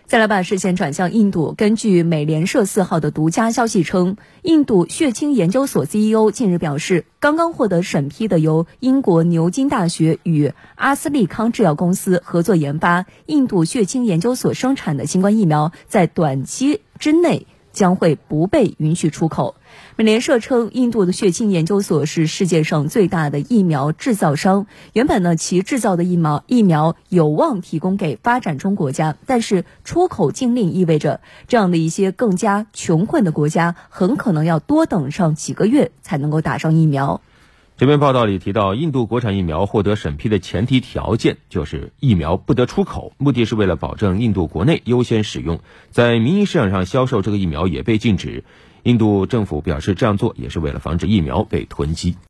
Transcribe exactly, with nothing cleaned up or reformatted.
再来把视线转向印度。根据美联社四号的独家消息称，印度血清研究所 C E O 近日表示，刚刚获得审批的由英国牛津大学与阿斯利康制药公司合作研发、印度血清研究所生产的新冠疫苗，在短期之内将会不被允许出口。美联社称，印度的血清研究所是世界上最大的疫苗制造商。原本呢，其制造的疫苗疫苗有望提供给发展中国家，但是出口禁令意味着这样的一些更加穷困的国家很可能要多等上几个月才能够打上疫苗。 这篇报道里提到，印度国产疫苗获得审批的前提条件就是疫苗不得出口，目的是为了保证印度国内优先使用，在民营市场上销售这个疫苗也被禁止。印度政府表示，这样做也是为了防止疫苗被囤积。